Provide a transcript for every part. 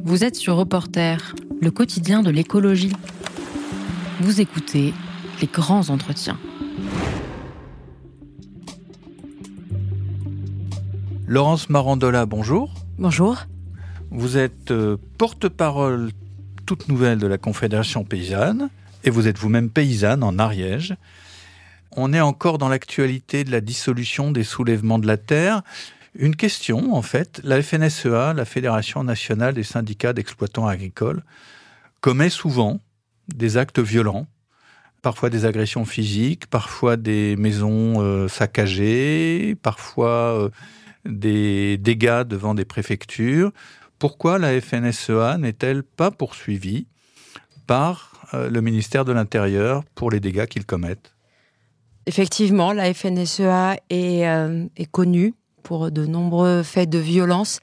Vous êtes sur Reporter, le quotidien de l'écologie. Vous écoutez les grands entretiens. Laurence Marandola, bonjour. Bonjour. Vous êtes porte-parole toute nouvelle de la Confédération paysanne et vous êtes vous-même paysanne en Ariège. On est encore dans l'actualité de la dissolution des soulèvements de la terre. Une question, en fait, la FNSEA, la Fédération nationale des syndicats d'exploitants agricoles, commet souvent des actes violents, parfois des agressions physiques, parfois des maisons saccagées, parfois des dégâts devant des préfectures. Pourquoi la FNSEA n'est-elle pas poursuivie par le ministère de l'Intérieur pour les dégâts qu'ils commettent ? Effectivement, la FNSEA est connue pour de nombreux faits de violence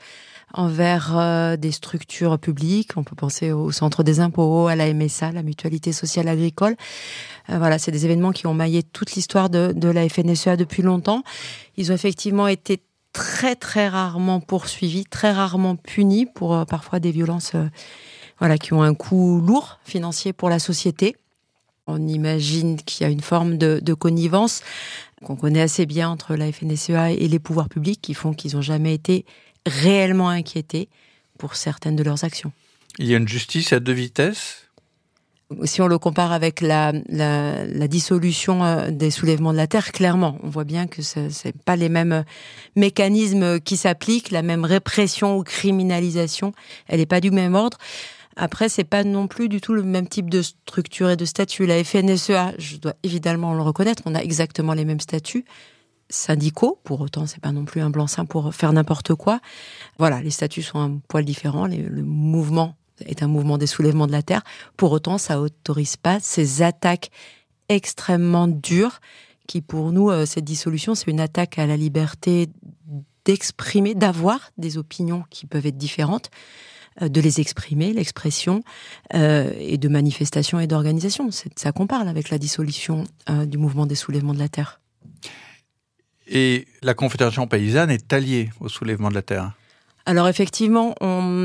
envers des structures publiques. On peut penser au Centre des impôts, à la MSA, la Mutualité sociale agricole. Voilà, c'est des événements qui ont maillé toute l'histoire de la FNSEA depuis longtemps. Ils ont effectivement été très très rarement poursuivis, très rarement punis pour parfois des violences qui ont un coût lourd financier pour la société. On imagine qu'il y a une forme de connivence qu'on connaît assez bien entre la FNSEA et les pouvoirs publics qui font qu'ils n'ont jamais été réellement inquiétés pour certaines de leurs actions. Il y a une justice à deux vitesses ? Si on le compare avec la dissolution des soulèvements de la terre, clairement, on voit bien que c'est pas les mêmes mécanismes qui s'appliquent, la même répression ou criminalisation, elle n'est pas du même ordre. Après, c'est pas non plus du tout le même type de structure et de statut. La FNSEA, je dois évidemment le reconnaître, on a exactement les mêmes statuts syndicaux. Pour autant, c'est pas non plus un blanc-seing pour faire n'importe quoi. Voilà, les statuts sont un poil différents. Le mouvement est un mouvement des soulèvements de la terre. Pour autant, ça autorise pas ces attaques extrêmement dures qui, pour nous, cette dissolution, c'est une attaque à la liberté d'exprimer, d'avoir des opinions qui peuvent être différentes, de les exprimer, l'expression, et de manifestation et d'organisation. C'est de ça qu'on parle avec la dissolution du mouvement des soulèvements de la terre. Et la Confédération paysanne est alliée au soulèvement de la terre ? Alors effectivement,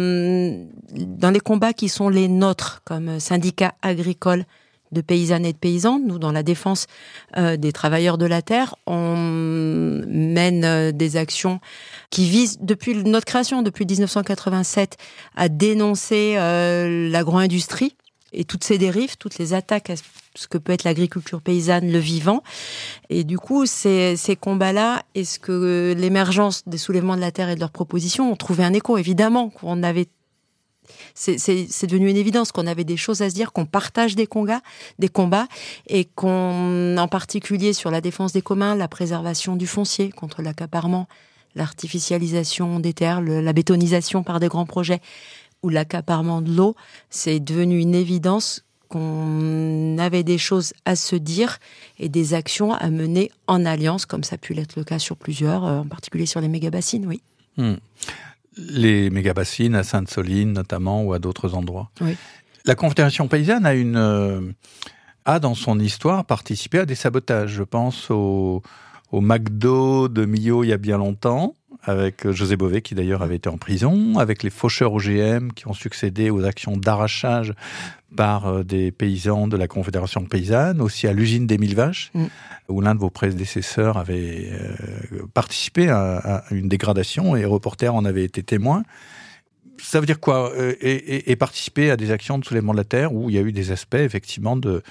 dans les combats qui sont les nôtres, comme syndicats agricoles de paysannes et de paysans, nous, dans la défense des travailleurs de la terre, on mène des actions qui visent, depuis notre création, depuis 1987, à dénoncer l'agro-industrie et toutes ses dérives, toutes les attaques à ce que peut être l'agriculture paysanne, le vivant. Et du coup, ces combats-là, est-ce que l'émergence des soulèvements de la terre et de leurs propositions ont trouvé un écho ? Évidemment qu'on avait... C'est devenu une évidence qu'on avait des choses à se dire, qu'on partage des combats, et qu'on, en particulier sur la défense des communs, la préservation du foncier contre l'accaparement, l'artificialisation des terres, la bétonisation par des grands projets ou l'accaparement de l'eau, c'est devenu une évidence qu'on avait des choses à se dire et des actions à mener en alliance, comme ça a pu l'être le cas sur plusieurs, en particulier sur les méga-bassines, oui. Les méga-bassines à Sainte-Soline notamment ou à d'autres endroits. Oui. La Confédération paysanne a dans son histoire participé à des sabotages. Je pense au McDo de Millau il y a bien longtemps, avec José Bové qui d'ailleurs avait été en prison, avec les faucheurs OGM qui ont succédé aux actions d'arrachage par des paysans de la Confédération paysanne, aussi à l'usine des 1000 vaches, où l'un de vos prédécesseurs avait participé à une dégradation et Reporter en avait été témoin. Ça veut dire quoi ? Et participer à des actions de soulèvement de la terre où il y a eu des aspects effectivement de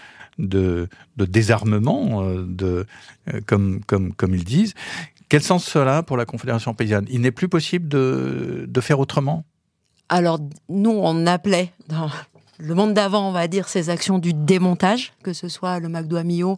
désarmement, comme ils disent. Quel sens cela pour la Confédération paysanne ? Il n'est plus possible de faire autrement ? Alors, nous, on appelait, dans le monde d'avant, on va dire, ces actions du démontage, que ce soit le McDo à Millau,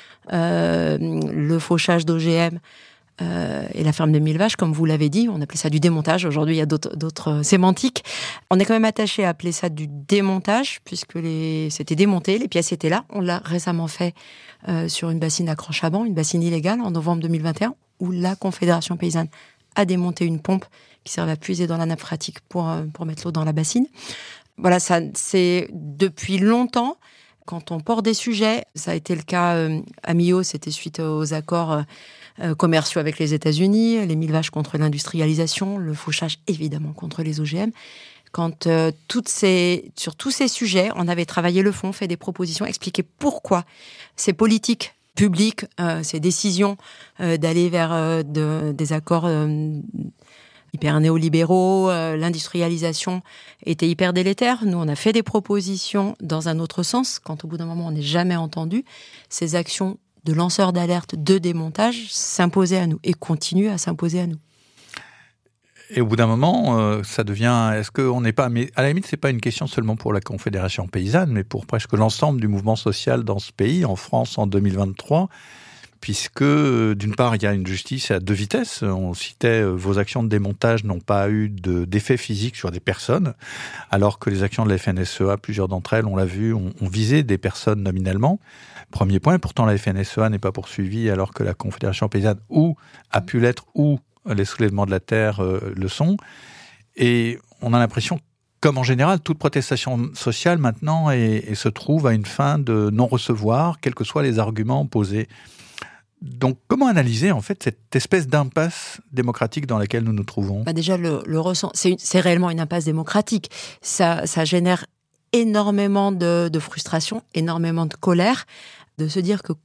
le fauchage d'OGM et la ferme des 1000 vaches, comme vous l'avez dit, on appelait ça du démontage. Aujourd'hui, il y a d'autres sémantiques. On est quand même attaché à appeler ça du démontage, puisque c'était démonté, les pièces étaient là. On l'a récemment fait sur une bassine à Cran-Chaban, une bassine illégale, en novembre 2021, où la Confédération paysanne a démonté une pompe qui servait à puiser dans la nappe phréatique pour mettre l'eau dans la bassine. Voilà, ça, c'est depuis longtemps, quand on porte des sujets, ça a été le cas à Millau, c'était suite aux accords commerciaux avec les États-Unis, les 1000 vaches contre l'industrialisation, le fauchage évidemment contre les OGM. quand sur tous ces sujets, on avait travaillé le fond, fait des propositions, expliqué pourquoi ces politiques publiques, ces décisions d'aller vers des accords hyper néolibéraux, l'industrialisation était hyper délétère. Nous, on a fait des propositions dans un autre sens. Quand au bout d'un moment, on n'est jamais entendu, ces actions de lanceurs d'alerte, de démontage s'imposaient à nous et continuent à s'imposer à nous. Et au bout d'un moment, ça devient... Est-ce qu'on n'est pas... Mais à la limite, c'est pas une question seulement pour la Confédération paysanne, mais pour presque l'ensemble du mouvement social dans ce pays, en France, en 2023, puisque, d'une part, il y a une justice à deux vitesses. On citait, vos actions de démontage n'ont pas eu d'effet physique sur des personnes, alors que les actions de la FNSEA, plusieurs d'entre elles, on l'a vu, ont visé des personnes nominalement. Premier point, pourtant la FNSEA n'est pas poursuivie, alors que la Confédération paysanne, ou a pu l'être, ou les soulèvements de la terre le sont. Et on a l'impression, comme en général, toute protestation sociale maintenant et se trouve à une fin de non-recevoir, quels que soient les arguments posés. Donc, comment analyser en fait cette espèce d'impasse démocratique dans laquelle nous nous trouvons ? Déjà, c'est réellement une impasse démocratique. Ça génère énormément de frustration, énormément de colère, de se dire que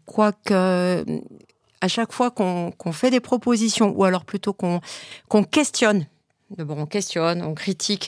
à chaque fois qu'on fait des propositions, ou alors plutôt qu'on questionne, on critique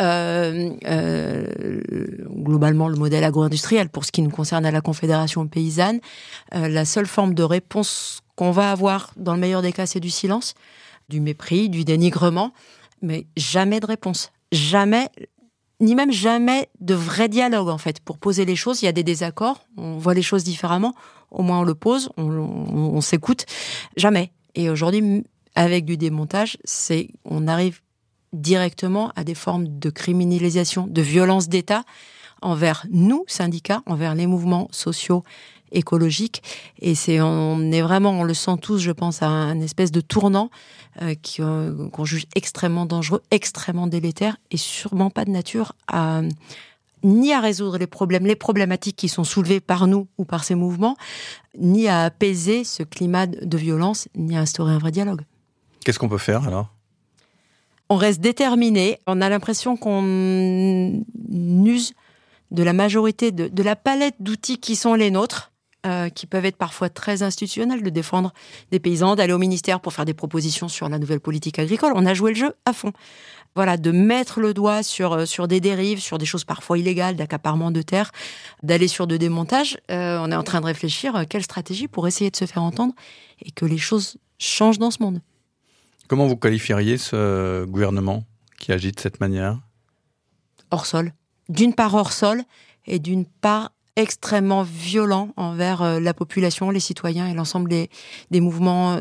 globalement le modèle agro-industriel pour ce qui nous concerne à la Confédération paysanne, la seule forme de réponse qu'on va avoir, dans le meilleur des cas, c'est du silence, du mépris, du dénigrement, mais jamais de réponse. Jamais, ni même jamais de vrai dialogue, en fait. Pour poser les choses, il y a des désaccords, on voit les choses différemment, au moins on le pose, on s'écoute. Jamais. Et aujourd'hui, avec du démontage, on arrive directement à des formes de criminalisation, de violence d'État envers nous, syndicats, envers les mouvements sociaux, écologiques. Et on le sent tous, je pense, à un espèce de tournant qu'on juge extrêmement dangereux, extrêmement délétère, et sûrement pas de nature ni à résoudre les problématiques qui sont soulevées par nous ou par ces mouvements, ni à apaiser ce climat de violence, ni à instaurer un vrai dialogue. Qu'est-ce qu'on peut faire alors ? On reste déterminé. On a l'impression qu'on use de la majorité de la palette d'outils qui sont les nôtres, qui peuvent être parfois très institutionnels, de défendre des paysans, d'aller au ministère pour faire des propositions sur la nouvelle politique agricole. On a joué le jeu à fond. Voilà, de mettre le doigt sur des dérives, sur des choses parfois illégales, d'accaparement de terres, d'aller sur de démontage. On est en train de réfléchir quelle stratégie pour essayer de se faire entendre et que les choses changent dans ce monde. Comment vous qualifieriez ce gouvernement qui agit de cette manière ? Hors sol. D'une part hors sol et d'une part extrêmement violent envers la population, les citoyens et l'ensemble des mouvements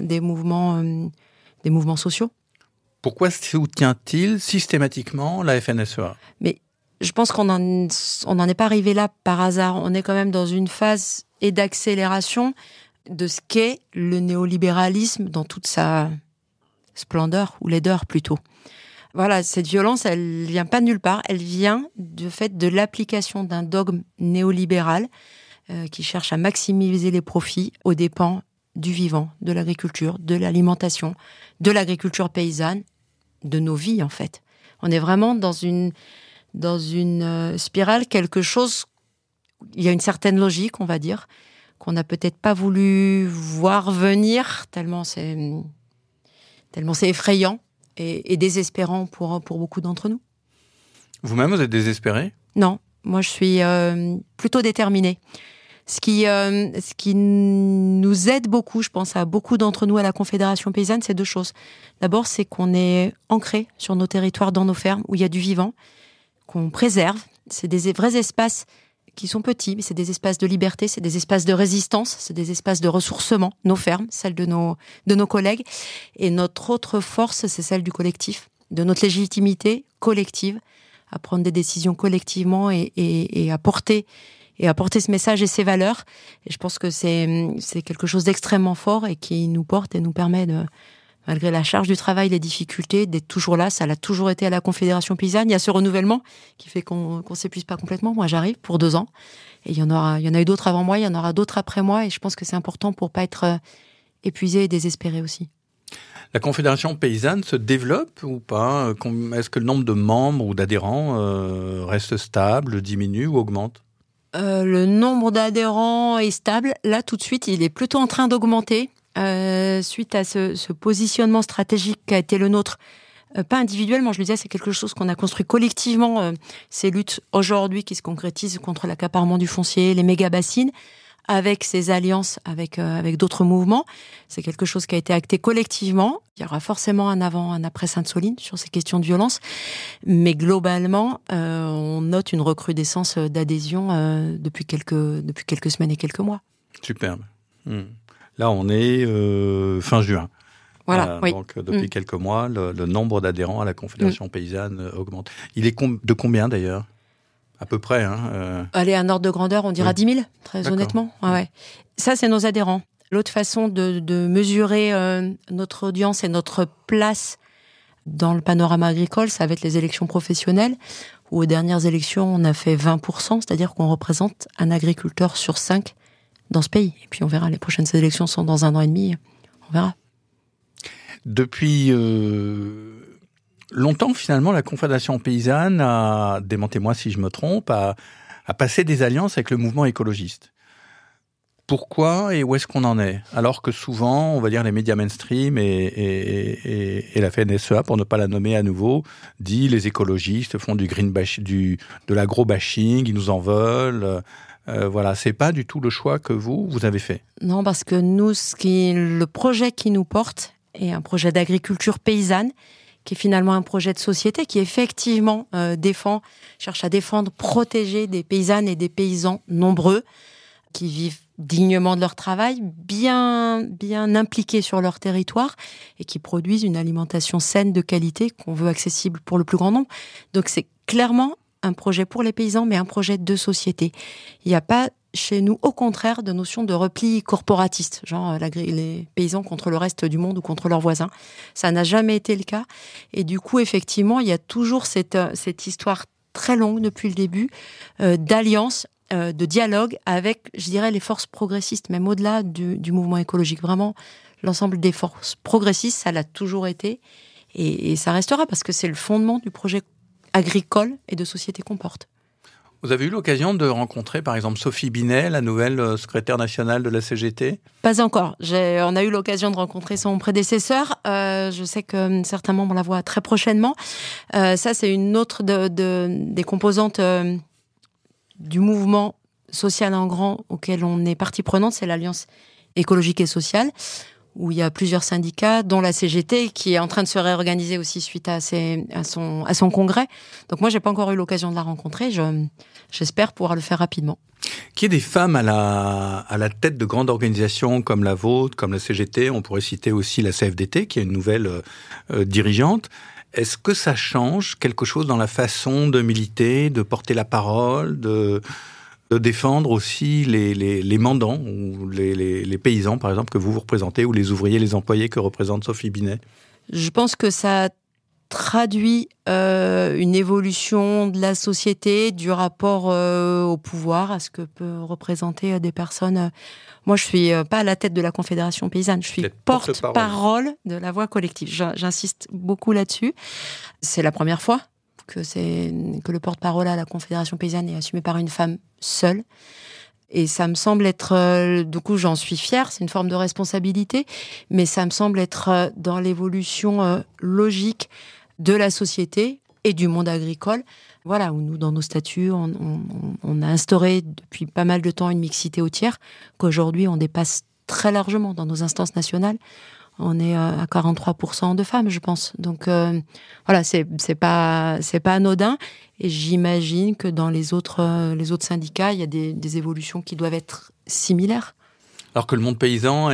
sociaux. Pourquoi soutient-il systématiquement la FNSEA ? Mais je pense qu'on n'en est pas arrivé là par hasard. On est quand même dans une phase d'accélération de ce qu'est le néolibéralisme dans toute sa splendeur, ou laideur plutôt. Voilà, cette violence, elle vient pas de nulle part, elle vient du fait de l'application d'un dogme néolibéral qui cherche à maximiser les profits aux dépens du vivant, de l'agriculture, de l'alimentation, de l'agriculture paysanne, de nos vies en fait. On est vraiment dans une spirale, quelque chose, il y a une certaine logique, on va dire, qu'on n'a peut-être pas voulu voir venir, tellement c'est effrayant et désespérant pour beaucoup d'entre nous. Vous-même, vous êtes désespéré ? Non, moi je suis plutôt déterminée. Ce qui nous aide beaucoup, je pense à beaucoup d'entre nous à la Confédération paysanne, c'est deux choses. D'abord, c'est qu'on est ancré sur nos territoires, dans nos fermes, où il y a du vivant, qu'on préserve. C'est des vrais espaces qui sont petits, mais c'est des espaces de liberté, c'est des espaces de résistance, c'est des espaces de ressourcement, nos fermes, celles de nos collègues. Et notre autre force, c'est celle du collectif, de notre légitimité collective, à prendre des décisions collectivement et à porter ce message et ces valeurs. Et je pense que c'est quelque chose d'extrêmement fort et qui nous porte et nous permet de, malgré la charge du travail, les difficultés, d'être toujours là. Ça l'a toujours été à la Confédération paysanne. Il y a ce renouvellement qui fait qu'on s'épuise pas complètement. Moi, j'arrive pour 2 ans. Et il y en a eu d'autres avant moi, il y en aura d'autres après moi. Et je pense que c'est important pour pas être épuisé et désespéré aussi. La Confédération paysanne se développe ou pas ? Est-ce que le nombre de membres ou d'adhérents reste stable, diminue ou augmente ? Le nombre d'adhérents est stable. Là, tout de suite, il est plutôt en train d'augmenter suite à ce positionnement stratégique qui a été le nôtre. Pas individuellement, je le disais, c'est quelque chose qu'on a construit collectivement. Ces luttes aujourd'hui qui se concrétisent contre l'accaparement du foncier, les méga-bassines, avec ces alliances avec d'autres mouvements. C'est quelque chose qui a été acté collectivement. Il y aura forcément un avant, un après Sainte-Soline sur ces questions de violence. Mais globalement, on note une recrudescence d'adhésion depuis quelques semaines et quelques mois. Superbe. Là, on est fin juin. Voilà, oui. Donc, depuis quelques mois, le nombre d'adhérents à la Confédération paysanne augmente. Il est de combien, d'ailleurs ? À peu près. Allez, un ordre de grandeur, on dira 10 000, très D'accord. honnêtement. Ouais. Ça, c'est nos adhérents. L'autre façon de mesurer notre audience et notre place dans le panorama agricole, ça va être les élections professionnelles, où aux dernières élections, on a fait 20%, c'est-à-dire qu'on représente un agriculteur sur 5 dans ce pays. Et puis on verra, les prochaines élections sont dans 1 an et demi, on verra. Depuis longtemps, finalement, la Confédération paysanne a, démentez-moi si je me trompe, a passé des alliances avec le mouvement écologiste. Pourquoi et où est-ce qu'on en est ? Alors que souvent, on va dire les médias mainstream et la FNSEA, pour ne pas la nommer à nouveau, dit les écologistes font du green de l'agro-bashing, ils nous en veulent. Voilà, c'est pas du tout le choix que vous avez fait. Non, parce que nous, le projet qui nous porte est un projet d'agriculture paysanne, qui est finalement un projet de société qui effectivement cherche à défendre, protéger des paysannes et des paysans nombreux qui vivent dignement de leur travail, bien impliqués sur leur territoire et qui produisent une alimentation saine de qualité qu'on veut accessible pour le plus grand nombre. Donc c'est clairement un projet pour les paysans, mais un projet de société. Il n'y a pas chez nous, au contraire, de notion de repli corporatiste, genre les paysans contre le reste du monde ou contre leurs voisins. Ça n'a jamais été le cas. Et du coup, effectivement, il y a toujours cette histoire très longue depuis le début d'alliance, de dialogue avec, je dirais, les forces progressistes, même au-delà du mouvement écologique. Vraiment, l'ensemble des forces progressistes, ça l'a toujours été. Et ça restera parce que c'est le fondement du projet agricole et de société qu'on porte. Vous avez eu l'occasion de rencontrer, par exemple, Sophie Binet, la nouvelle secrétaire nationale de la CGT ? Pas encore. On a eu l'occasion de rencontrer son prédécesseur. Je sais que certains membres la voient très prochainement. Ça, c'est une autre des composantes du mouvement social en grand auquel on est partie prenante. C'est l'Alliance écologique et sociale, où il y a plusieurs syndicats, dont la CGT, qui est en train de se réorganiser aussi suite à son congrès. Donc moi, j'ai pas encore eu l'occasion de la rencontrer. J'espère pouvoir le faire rapidement. Qu'il y ait des femmes à la tête de grandes organisations comme la vôtre, comme la CGT, on pourrait citer aussi la CFDT, qui est une nouvelle dirigeante. Est-ce que ça change quelque chose dans la façon de militer, de porter la parole, de défendre aussi les mandants ou les paysans, par exemple, que vous représentez, ou les ouvriers, les employés que représente Sophie Binet ? Je pense que ça traduit une évolution de la société, du rapport au pouvoir, à ce que peut représenter des personnes. Moi, je suis pas à la tête de la Confédération paysanne, je suis porte-parole de la voix collective. J'insiste beaucoup là-dessus. C'est la première fois que le porte-parole à la Confédération paysanne est assumé par une femme seule. Et ça me semble être, du coup, j'en suis fière, c'est une forme de responsabilité, mais ça me semble être dans l'évolution logique de la société et du monde agricole. Voilà, où nous, dans nos statuts, on a instauré depuis pas mal de temps une mixité au tiers, qu'aujourd'hui on dépasse très largement dans nos instances nationales. On est à 43% de femmes, je pense. Donc voilà, c'est pas anodin. Et j'imagine que dans les autres syndicats, il y a des évolutions qui doivent être similaires. Alors que le monde paysan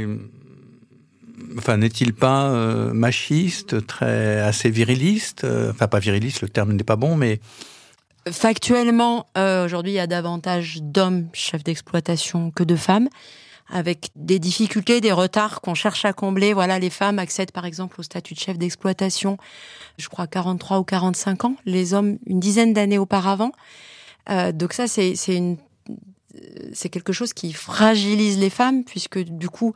n'est-il pas machiste, assez viriliste ? Enfin, pas viriliste, le terme n'est pas bon, mais... Factuellement, aujourd'hui, il y a davantage d'hommes chefs d'exploitation que de femmes, avec des difficultés, des retards qu'on cherche à combler. Voilà, les femmes accèdent par exemple au statut de chef d'exploitation, je crois 43 ou 45 ans, les hommes une dizaine d'années auparavant. Donc ça, c'est quelque chose qui fragilise les femmes, puisque du coup,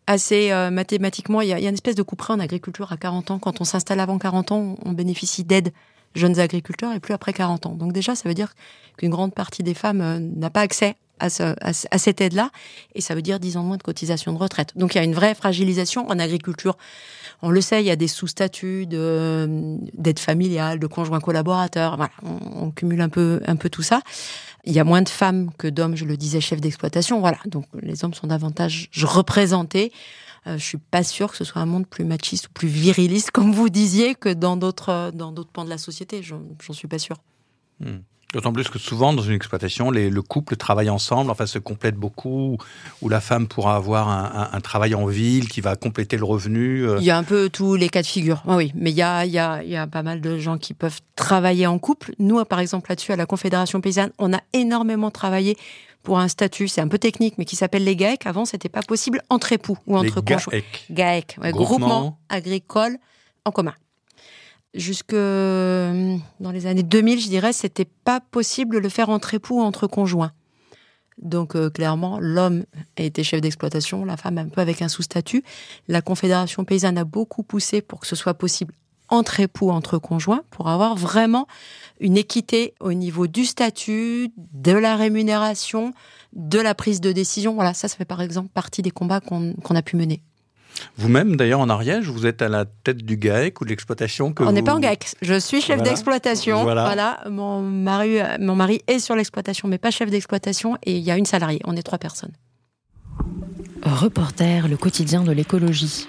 assez mathématiquement, il y a une espèce de couperet en agriculture à 40 ans. Quand on s'installe avant 40 ans, on bénéficie d'aides jeunes agriculteurs et plus après 40 ans. Donc déjà, ça veut dire qu'une grande partie des femmes n'a pas accès à cette aide-là, et ça veut dire 10 ans de moins de cotisation de retraite. Donc il y a une vraie fragilisation en agriculture. On le sait, il y a des sous-statuts d'aide familiale, de conjoints collaborateurs. Voilà, on cumule un peu tout ça. Il y a moins de femmes que d'hommes, je le disais, chefs d'exploitation. Voilà, donc les hommes sont davantage représentés. Je suis pas sûre que ce soit un monde plus machiste ou plus viriliste, comme vous disiez, que dans d'autres pans de la société. J'en suis pas sûre. D'autant plus que souvent, dans une exploitation, le couple travaille ensemble, enfin se complète beaucoup, où la femme pourra avoir un travail en ville qui va compléter le revenu. Il y a un peu tous les cas de figure, oui. Mais il y a pas mal de gens qui peuvent travailler en couple. Nous, par exemple, là-dessus, à la Confédération Paysanne, on a énormément travaillé pour un statut, c'est un peu technique, mais qui s'appelle les GAEC. Avant, c'était pas possible entre époux ou entre conjoints. GAEC, groupement agricole en commun. Jusque dans les années 2000, je dirais, c'était pas possible de le faire entre époux ou entre conjoints. Donc clairement, l'homme était chef d'exploitation, la femme un peu avec un sous-statut. La Confédération Paysanne a beaucoup poussé pour que ce soit possible entre époux, entre conjoints, pour avoir vraiment une équité au niveau du statut, de la rémunération, de la prise de décision. Voilà, ça fait par exemple partie des combats qu'on a pu mener. Vous-même, d'ailleurs, en Ariège, vous êtes à la tête du GAEC ou de l'exploitation que On n'est pas en GAEC. Je suis chef d'exploitation. Voilà. Mon mari est sur l'exploitation, mais pas chef d'exploitation. Et il y a une salariée. On est 3 personnes. Reporter, le quotidien de l'écologie.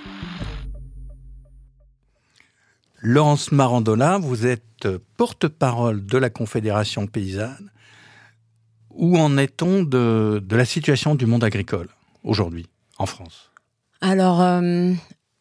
Laurence Marandola, vous êtes porte-parole de la Confédération Paysanne. Où en est-on de la situation du monde agricole aujourd'hui, en France ? Alors, un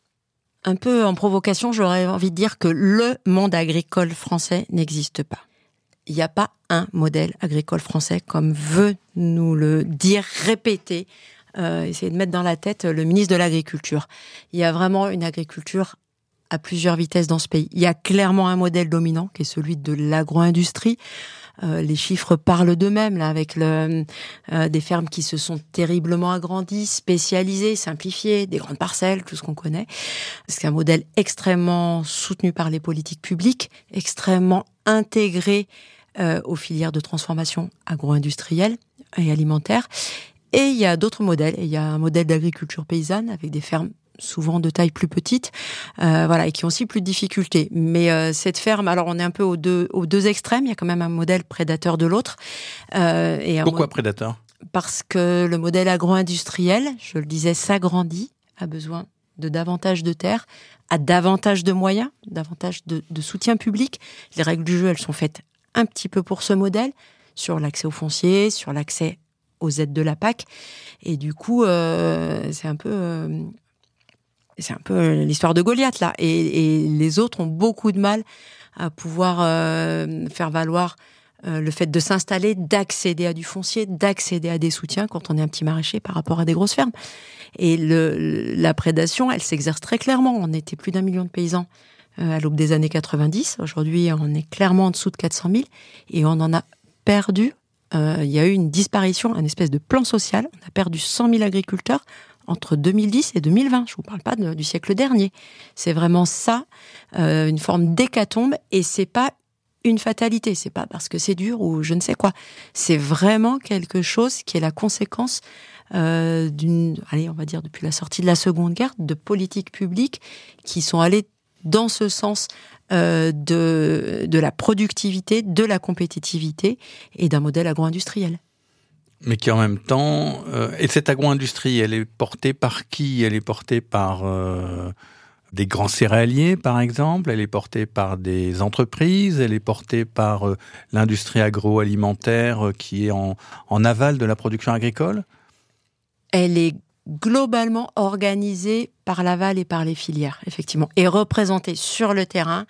peu en provocation, j'aurais envie de dire que le monde agricole français n'existe pas. Il n'y a pas un modèle agricole français, comme veut nous le dire, répéter, essayer de mettre dans la tête le ministre de l'Agriculture. Il y a vraiment une agriculture à plusieurs vitesses dans ce pays. Il y a clairement un modèle dominant, qui est celui de l'agro-industrie. Les chiffres parlent d'eux-mêmes, là, avec des fermes qui se sont terriblement agrandies, spécialisées, simplifiées, des grandes parcelles, tout ce qu'on connaît. C'est un modèle extrêmement soutenu par les politiques publiques, extrêmement intégré aux filières de transformation agro-industrielle et alimentaire. Et il y a d'autres modèles. Il y a un modèle d'agriculture paysanne avec des fermes souvent de taille plus petite, et qui ont aussi plus de difficultés. Mais cette ferme, alors on est un peu aux deux extrêmes, il y a quand même un modèle prédateur de l'autre. Pourquoi prédateur ? Parce que le modèle agro-industriel, je le disais, s'agrandit, a besoin de davantage de terres, a davantage de moyens, davantage de soutien public. Les règles du jeu, elles sont faites un petit peu pour ce modèle, sur l'accès au foncier, sur l'accès aux aides de la PAC. Et du coup, c'est un peu l'histoire de Goliath, là. Et les autres ont beaucoup de mal à pouvoir faire valoir le fait de s'installer, d'accéder à du foncier, d'accéder à des soutiens quand on est un petit maraîcher par rapport à des grosses fermes. Et la prédation, elle s'exerce très clairement. On était plus d'1 million de paysans à l'aube des années 90. Aujourd'hui, on est clairement en dessous de 400 000 et on en a perdu. Il y a eu une disparition, un espèce de plan social. On a perdu 100 000 agriculteurs entre 2010 et 2020. Je vous parle pas du siècle dernier. C'est vraiment ça, une forme d'hécatombe, et c'est pas une fatalité. C'est pas parce que c'est dur ou je ne sais quoi. C'est vraiment quelque chose qui est la conséquence on va dire depuis la sortie de la Seconde Guerre, de politiques publiques qui sont allées dans ce sens de la productivité, de la compétitivité et d'un modèle agro-industriel. Mais qui en même temps... et cette agro-industrie, elle est portée par qui ? Elle est portée par des grands céréaliers, par exemple ? Elle est portée par des entreprises ? Elle est portée par l'industrie agroalimentaire qui est en aval de la production agricole ? Elle est globalement organisée par l'aval et par les filières, effectivement, et représentée sur le terrain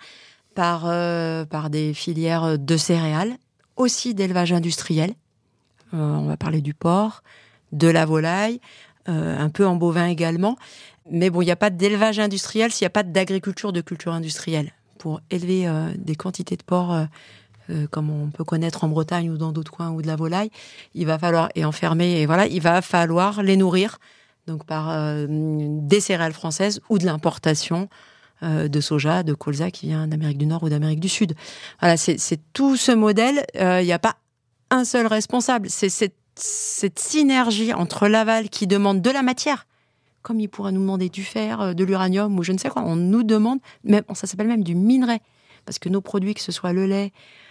par des filières de céréales, aussi d'élevage industriel. On va parler du porc, de la volaille, un peu en bovin également. Mais bon, il n'y a pas d'élevage industriel s'il n'y a pas d'agriculture de culture industrielle. Pour élever des quantités de porc, comme on peut connaître en Bretagne ou dans d'autres coins, ou de la volaille, il va falloir, et enfermer, et voilà, il va falloir les nourrir donc par des céréales françaises ou de l'importation de soja, de colza qui vient d'Amérique du Nord ou d'Amérique du Sud. Voilà, c'est tout ce modèle. Il n'y a pas un seul responsable. C'est cette synergie entre l'aval qui demande de la matière, comme il pourra nous demander du fer, de l'uranium ou je ne sais quoi. On nous demande, même, ça s'appelle même du minerai, parce que nos produits, que ce soit le lait,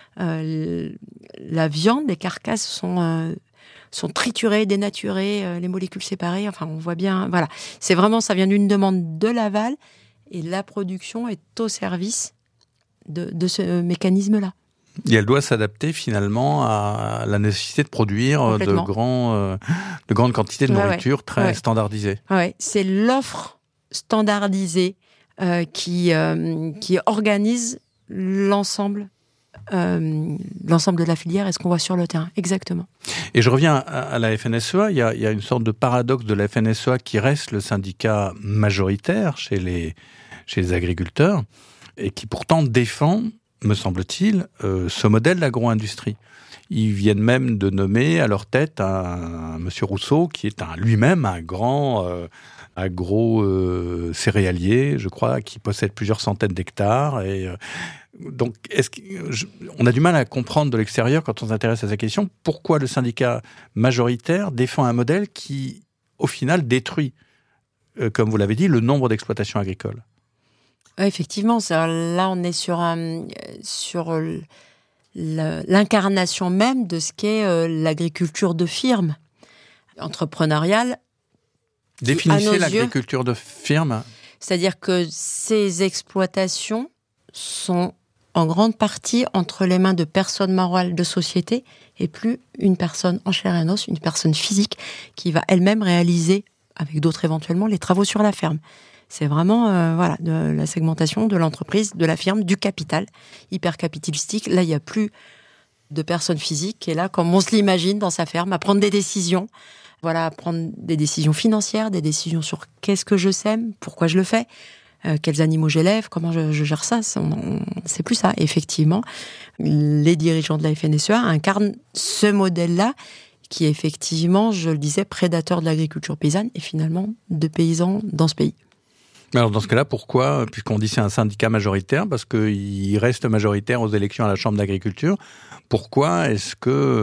la viande, les carcasses sont triturées, dénaturées, les molécules séparées. Enfin, on voit bien. Voilà, c'est vraiment, ça vient d'une demande de l'aval. Et la production est au service de ce mécanisme-là. Et elle doit s'adapter finalement à la nécessité de produire de grandes quantités de nourriture très standardisées. Ouais, c'est l'offre standardisée qui organise l'ensemble de la filière et ce qu'on voit sur le terrain. Exactement. Et je reviens à la FNSEA. Il y a une sorte de paradoxe de la FNSEA qui reste le syndicat majoritaire chez les agriculteurs et qui pourtant défend, me semble-t-il, ce modèle d'agro-industrie. Ils viennent même de nommer à leur tête un monsieur Rousseau qui est lui-même un grand agro-céréalier, je crois, qui possède plusieurs centaines d'hectares. Et donc, on a du mal à comprendre de l'extérieur quand on s'intéresse à cette question pourquoi le syndicat majoritaire défend un modèle qui, au final, détruit, comme vous l'avez dit, le nombre d'exploitations agricoles. Ouais, effectivement, là on est sur l'incarnation même de ce qu'est l'agriculture de firme, entrepreneuriale. Définissez l'agriculture de firme. C'est-à-dire que ces exploitations sont en grande partie entre les mains de personnes morales de société et plus une personne en chair et en os, une personne physique qui va elle-même réaliser, avec d'autres éventuellement, les travaux sur la ferme. C'est vraiment de la segmentation de l'entreprise, de la firme, du capital, hyper capitalistique. Là, il n'y a plus de personne physique qui est là, comme on se l'imagine, dans sa ferme, à prendre des décisions. Voilà, à prendre des décisions financières, des décisions sur qu'est-ce que je sème, pourquoi je le fais, quels animaux j'élève, comment je gère ça. C'est plus ça. Effectivement, les dirigeants de la FNSEA incarnent ce modèle-là qui est effectivement, je le disais, prédateur de l'agriculture paysanne et finalement de paysans dans ce pays. Alors dans ce cas-là, pourquoi, puisqu'on dit c'est un syndicat majoritaire, parce qu'il reste majoritaire aux élections à la Chambre d'agriculture, pourquoi est-ce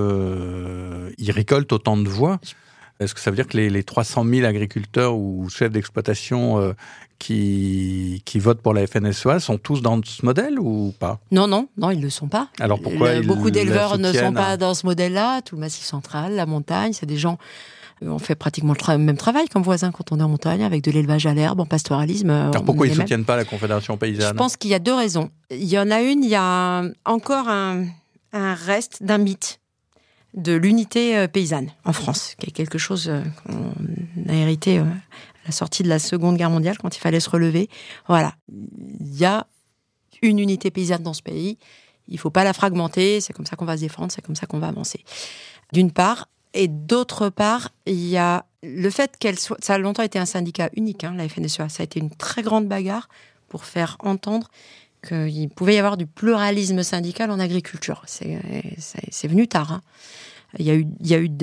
qu'il récolte autant de voix ? Est-ce que ça veut dire que les 300 000 agriculteurs ou chefs d'exploitation qui votent pour la FNSEA sont tous dans ce modèle ou pas ? Non, ils ne le sont pas. Alors pourquoi beaucoup d'éleveurs ne sont pas dans ce modèle-là. Tout le Massif central, la montagne, c'est des gens... On fait pratiquement le même travail comme voisins quand on est en montagne, avec de l'élevage à l'herbe, en pastoralisme. Alors pourquoi ils ne soutiennent pas la Confédération paysanne ? Je pense qu'il y a deux raisons. Il y en a une, il y a encore un reste d'un mythe de l'unité paysanne en France, qui est quelque chose qu'on a hérité à la sortie de la Seconde Guerre mondiale, quand il fallait se relever. Voilà, il y a une unité paysanne dans ce pays, il ne faut pas la fragmenter, c'est comme ça qu'on va se défendre, c'est comme ça qu'on va avancer. D'une part, et d'autre part, il y a le fait qu'elle soit... Ça a longtemps été un syndicat unique, la FNSEA. Ça a été une très grande bagarre pour faire entendre qu'il pouvait y avoir du pluralisme syndical en agriculture. C'est venu tard. Il y a eu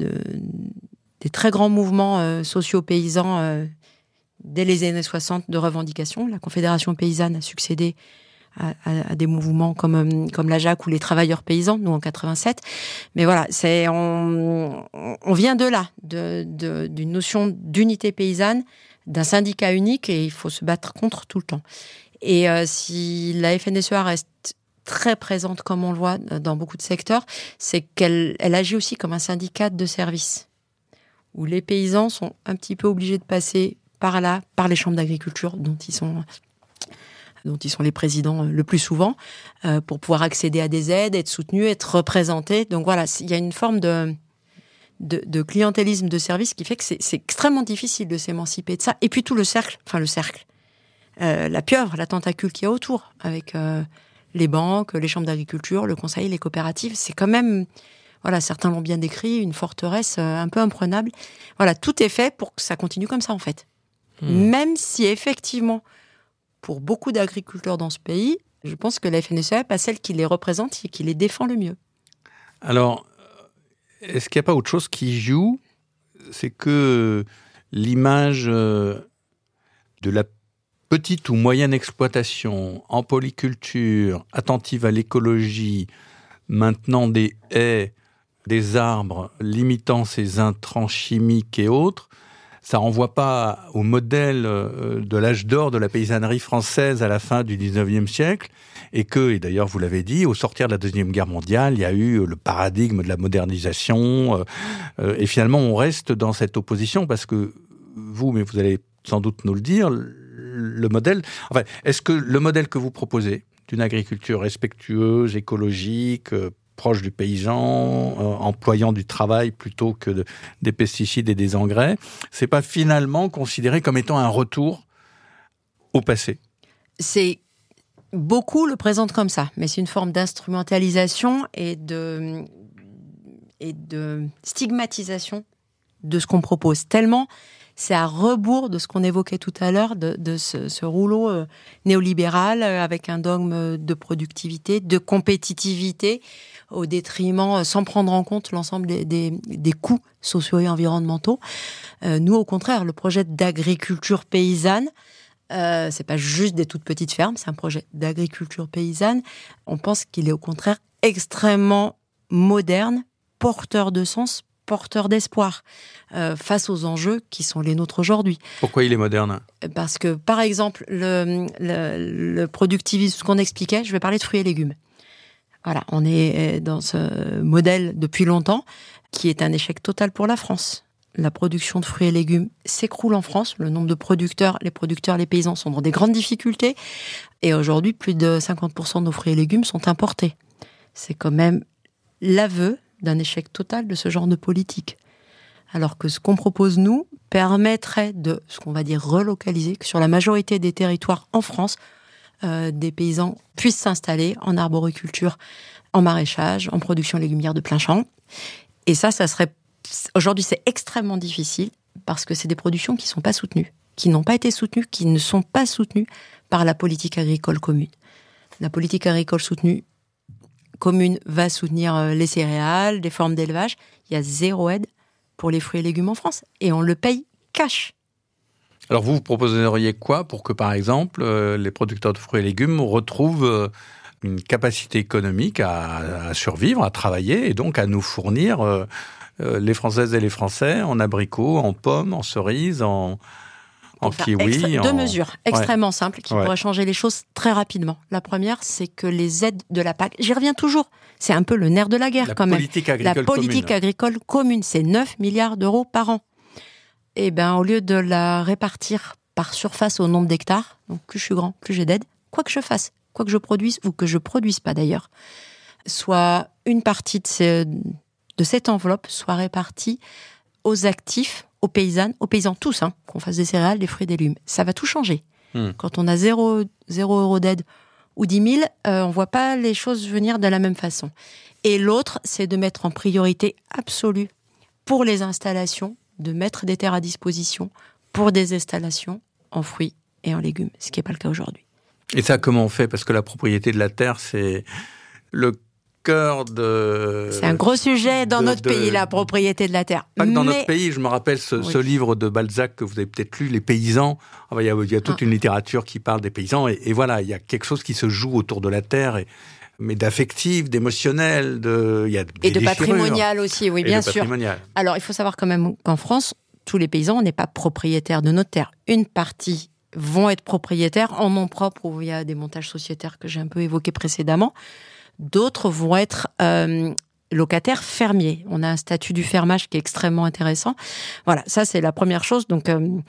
des très grands mouvements socio-paysans dès les années 60 de revendication. La Confédération paysanne a succédé à des mouvements comme la JAC ou les travailleurs paysans, nous en 87. Mais voilà, on vient de là, d'une notion d'unité paysanne, d'un syndicat unique, et il faut se battre contre tout le temps. Et si la FNSEA reste très présente, comme on le voit dans beaucoup de secteurs, c'est qu'elle agit aussi comme un syndicat de service, où les paysans sont un petit peu obligés de passer par là, par les chambres d'agriculture, dont ils sont les présidents le plus souvent, pour pouvoir accéder à des aides, être soutenus, être représentés. Donc voilà, il y a une forme de clientélisme de service qui fait que c'est extrêmement difficile de s'émanciper de ça. Et puis tout le cercle, la pieuvre, la tentacule qu'il y a autour, avec les banques, les chambres d'agriculture, le conseil, les coopératives, c'est quand même, voilà, certains l'ont bien décrit, une forteresse un peu imprenable. Voilà, tout est fait pour que ça continue comme ça, en fait. Même si, effectivement, pour beaucoup d'agriculteurs dans ce pays, je pense que la FNSEA n'est pas celle qui les représente et qui les défend le mieux. Alors, est-ce qu'il n'y a pas autre chose qui joue ? C'est que l'image de la petite ou moyenne exploitation en polyculture, attentive à l'écologie, maintenant des haies, des arbres, limitant ces intrants chimiques et autres, ça renvoie pas au modèle de l'âge d'or de la paysannerie française à la fin du 19e siècle, et d'ailleurs vous l'avez dit, au sortir de la Deuxième Guerre mondiale, il y a eu le paradigme de la modernisation, et finalement on reste dans cette opposition, parce que mais vous allez sans doute nous le dire, le modèle, est-ce que le modèle que vous proposez, d'une agriculture respectueuse, écologique, proche du paysan, employant du travail plutôt que des pesticides et des engrais, c'est pas finalement considéré comme étant un retour au passé? C'est beaucoup le présentent comme ça, mais c'est une forme d'instrumentalisation et de stigmatisation de ce qu'on propose. Tellement c'est à rebours de ce qu'on évoquait tout à l'heure, de ce rouleau néolibéral avec un dogme de productivité, de compétitivité, au détriment, sans prendre en compte l'ensemble des coûts sociaux et environnementaux. Nous, au contraire, le projet d'agriculture paysanne, c'est pas juste des toutes petites fermes, c'est un projet d'agriculture paysanne. On pense qu'il est au contraire extrêmement moderne, porteur de sens, porteur d'espoir face aux enjeux qui sont les nôtres aujourd'hui. Pourquoi il est moderne ? Parce que, par exemple, le productivisme, ce qu'on expliquait, je vais parler de fruits et légumes. Voilà, on est dans ce modèle depuis longtemps, qui est un échec total pour la France. La production de fruits et légumes s'écroule en France. Le nombre de producteurs, les paysans sont dans des grandes difficultés. Et aujourd'hui, plus de 50% de nos fruits et légumes sont importés. C'est quand même l'aveu d'un échec total de ce genre de politique. Alors que ce qu'on propose, nous, permettrait de, ce qu'on va dire, relocaliser, que sur la majorité des territoires en France, des paysans puissent s'installer en arboriculture, en maraîchage, en production légumière de plein champ. Et ça serait... Aujourd'hui, c'est extrêmement difficile parce que c'est des productions qui ne sont pas soutenues, qui n'ont pas été soutenues, qui ne sont pas soutenues par la politique agricole commune. La politique agricole commune va soutenir les céréales, des formes d'élevage. Il y a 0 aide pour les fruits et légumes en France. Et on le paye cash. Alors vous proposeriez quoi pour que, par exemple, les producteurs de fruits et légumes retrouvent une capacité économique à survivre, à travailler et donc à nous fournir les Françaises et les Français en abricots, en pommes, en cerises, en kiwi. Deux mesures extrêmement simples qui pourraient changer les choses très rapidement. La première, c'est que les aides de la PAC, j'y reviens toujours, c'est un peu le nerf de la guerre quand même. La politique agricole commune, c'est 9 milliards d'euros par an. Et bien, au lieu de la répartir par surface au nombre d'hectares, donc plus je suis grand, plus j'ai d'aide, quoi que je fasse, quoi que je produise ou que je produise pas d'ailleurs, soit une partie de cette enveloppe soit répartie aux actifs, aux paysans tous, qu'on fasse des céréales, des fruits et des légumes. Ça va tout changer. Quand on a 0 euros d'aide ou 10 000, on voit pas les choses venir de la même façon. Et l'autre, c'est de mettre en priorité absolue pour les installations, de mettre des terres à disposition pour des installations en fruits et en légumes, ce qui n'est pas le cas aujourd'hui. Et ça, comment on fait ? Parce que la propriété de la terre, c'est le cœur de... C'est un gros sujet dans notre pays, la propriété de la terre. Pas que dans notre pays, je me rappelle ce livre de Balzac que vous avez peut-être lu, Les paysans. Il y a toute une littérature qui parle des paysans, et voilà, il y a quelque chose qui se joue autour de la terre, mais d'affectif, d'émotionnel, et de patrimonial aussi, oui, bien sûr. Alors, il faut savoir quand même qu'en France, tous les paysans, on n'est pas propriétaires de notre terre. Une partie vont être propriétaires en nom propre, où il y a des montages sociétaires que j'ai un peu évoqués précédemment. D'autres vont être locataires fermiers. On a un statut du fermage qui est extrêmement intéressant. Voilà, ça c'est la première chose. Donc, même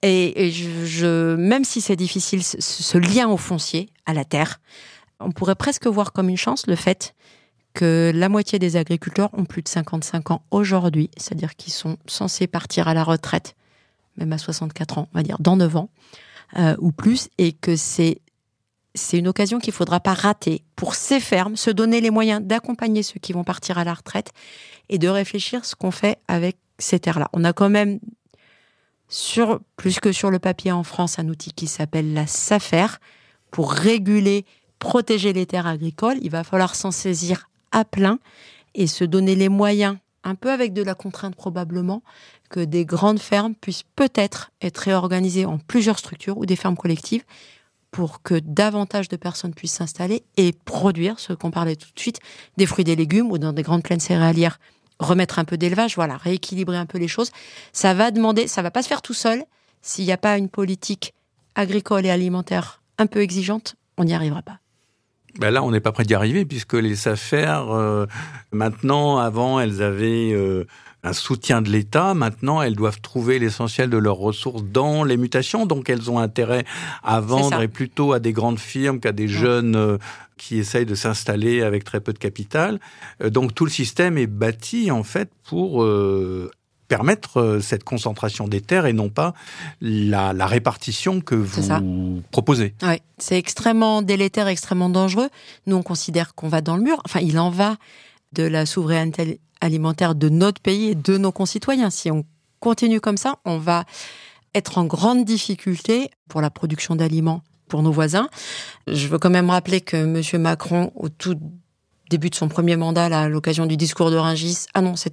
si c'est difficile, ce lien au foncier, à la terre, on pourrait presque voir comme une chance le fait que la moitié des agriculteurs ont plus de 55 ans aujourd'hui, c'est-à-dire qu'ils sont censés partir à la retraite, même à 64 ans, on va dire, dans 9 ans, ou plus, et que c'est une occasion qu'il ne faudra pas rater pour ces fermes, se donner les moyens d'accompagner ceux qui vont partir à la retraite et de réfléchir ce qu'on fait avec ces terres-là. On a quand même, plus que sur le papier en France, un outil qui s'appelle la SAFER pour réguler, protéger les terres agricoles. Il va falloir s'en saisir à plein et se donner les moyens un peu avec de la contrainte probablement, que des grandes fermes puissent peut-être être réorganisées en plusieurs structures ou des fermes collectives pour que davantage de personnes puissent s'installer et produire, ce qu'on parlait tout de suite, des fruits et des légumes ou dans des grandes plaines céréalières, remettre un peu d'élevage, voilà, rééquilibrer un peu les choses. Ça va pas se faire tout seul. S'il n'y a pas une politique agricole et alimentaire un peu exigeante, on n'y arrivera pas. Ben là, on n'est pas près d'y arriver, puisque les SAFER, maintenant, avant, elles avaient un soutien de l'État. Maintenant, elles doivent trouver l'essentiel de leurs ressources dans les mutations. Donc, elles ont intérêt à vendre et plutôt à des grandes firmes qu'à des jeunes qui essayent de s'installer avec très peu de capital. Donc, tout le système est bâti, en fait, pour permettre cette concentration des terres et non pas la répartition que vous proposez. Oui, c'est extrêmement délétère, extrêmement dangereux. Nous, on considère qu'on va dans le mur. Enfin, il en va de la souveraineté alimentaire de notre pays et de nos concitoyens. Si on continue comme ça, on va être en grande difficulté pour la production d'aliments pour nos voisins. Je veux quand même rappeler que M. Macron, au tout début de son premier mandat, là, à l'occasion du discours de Rungis,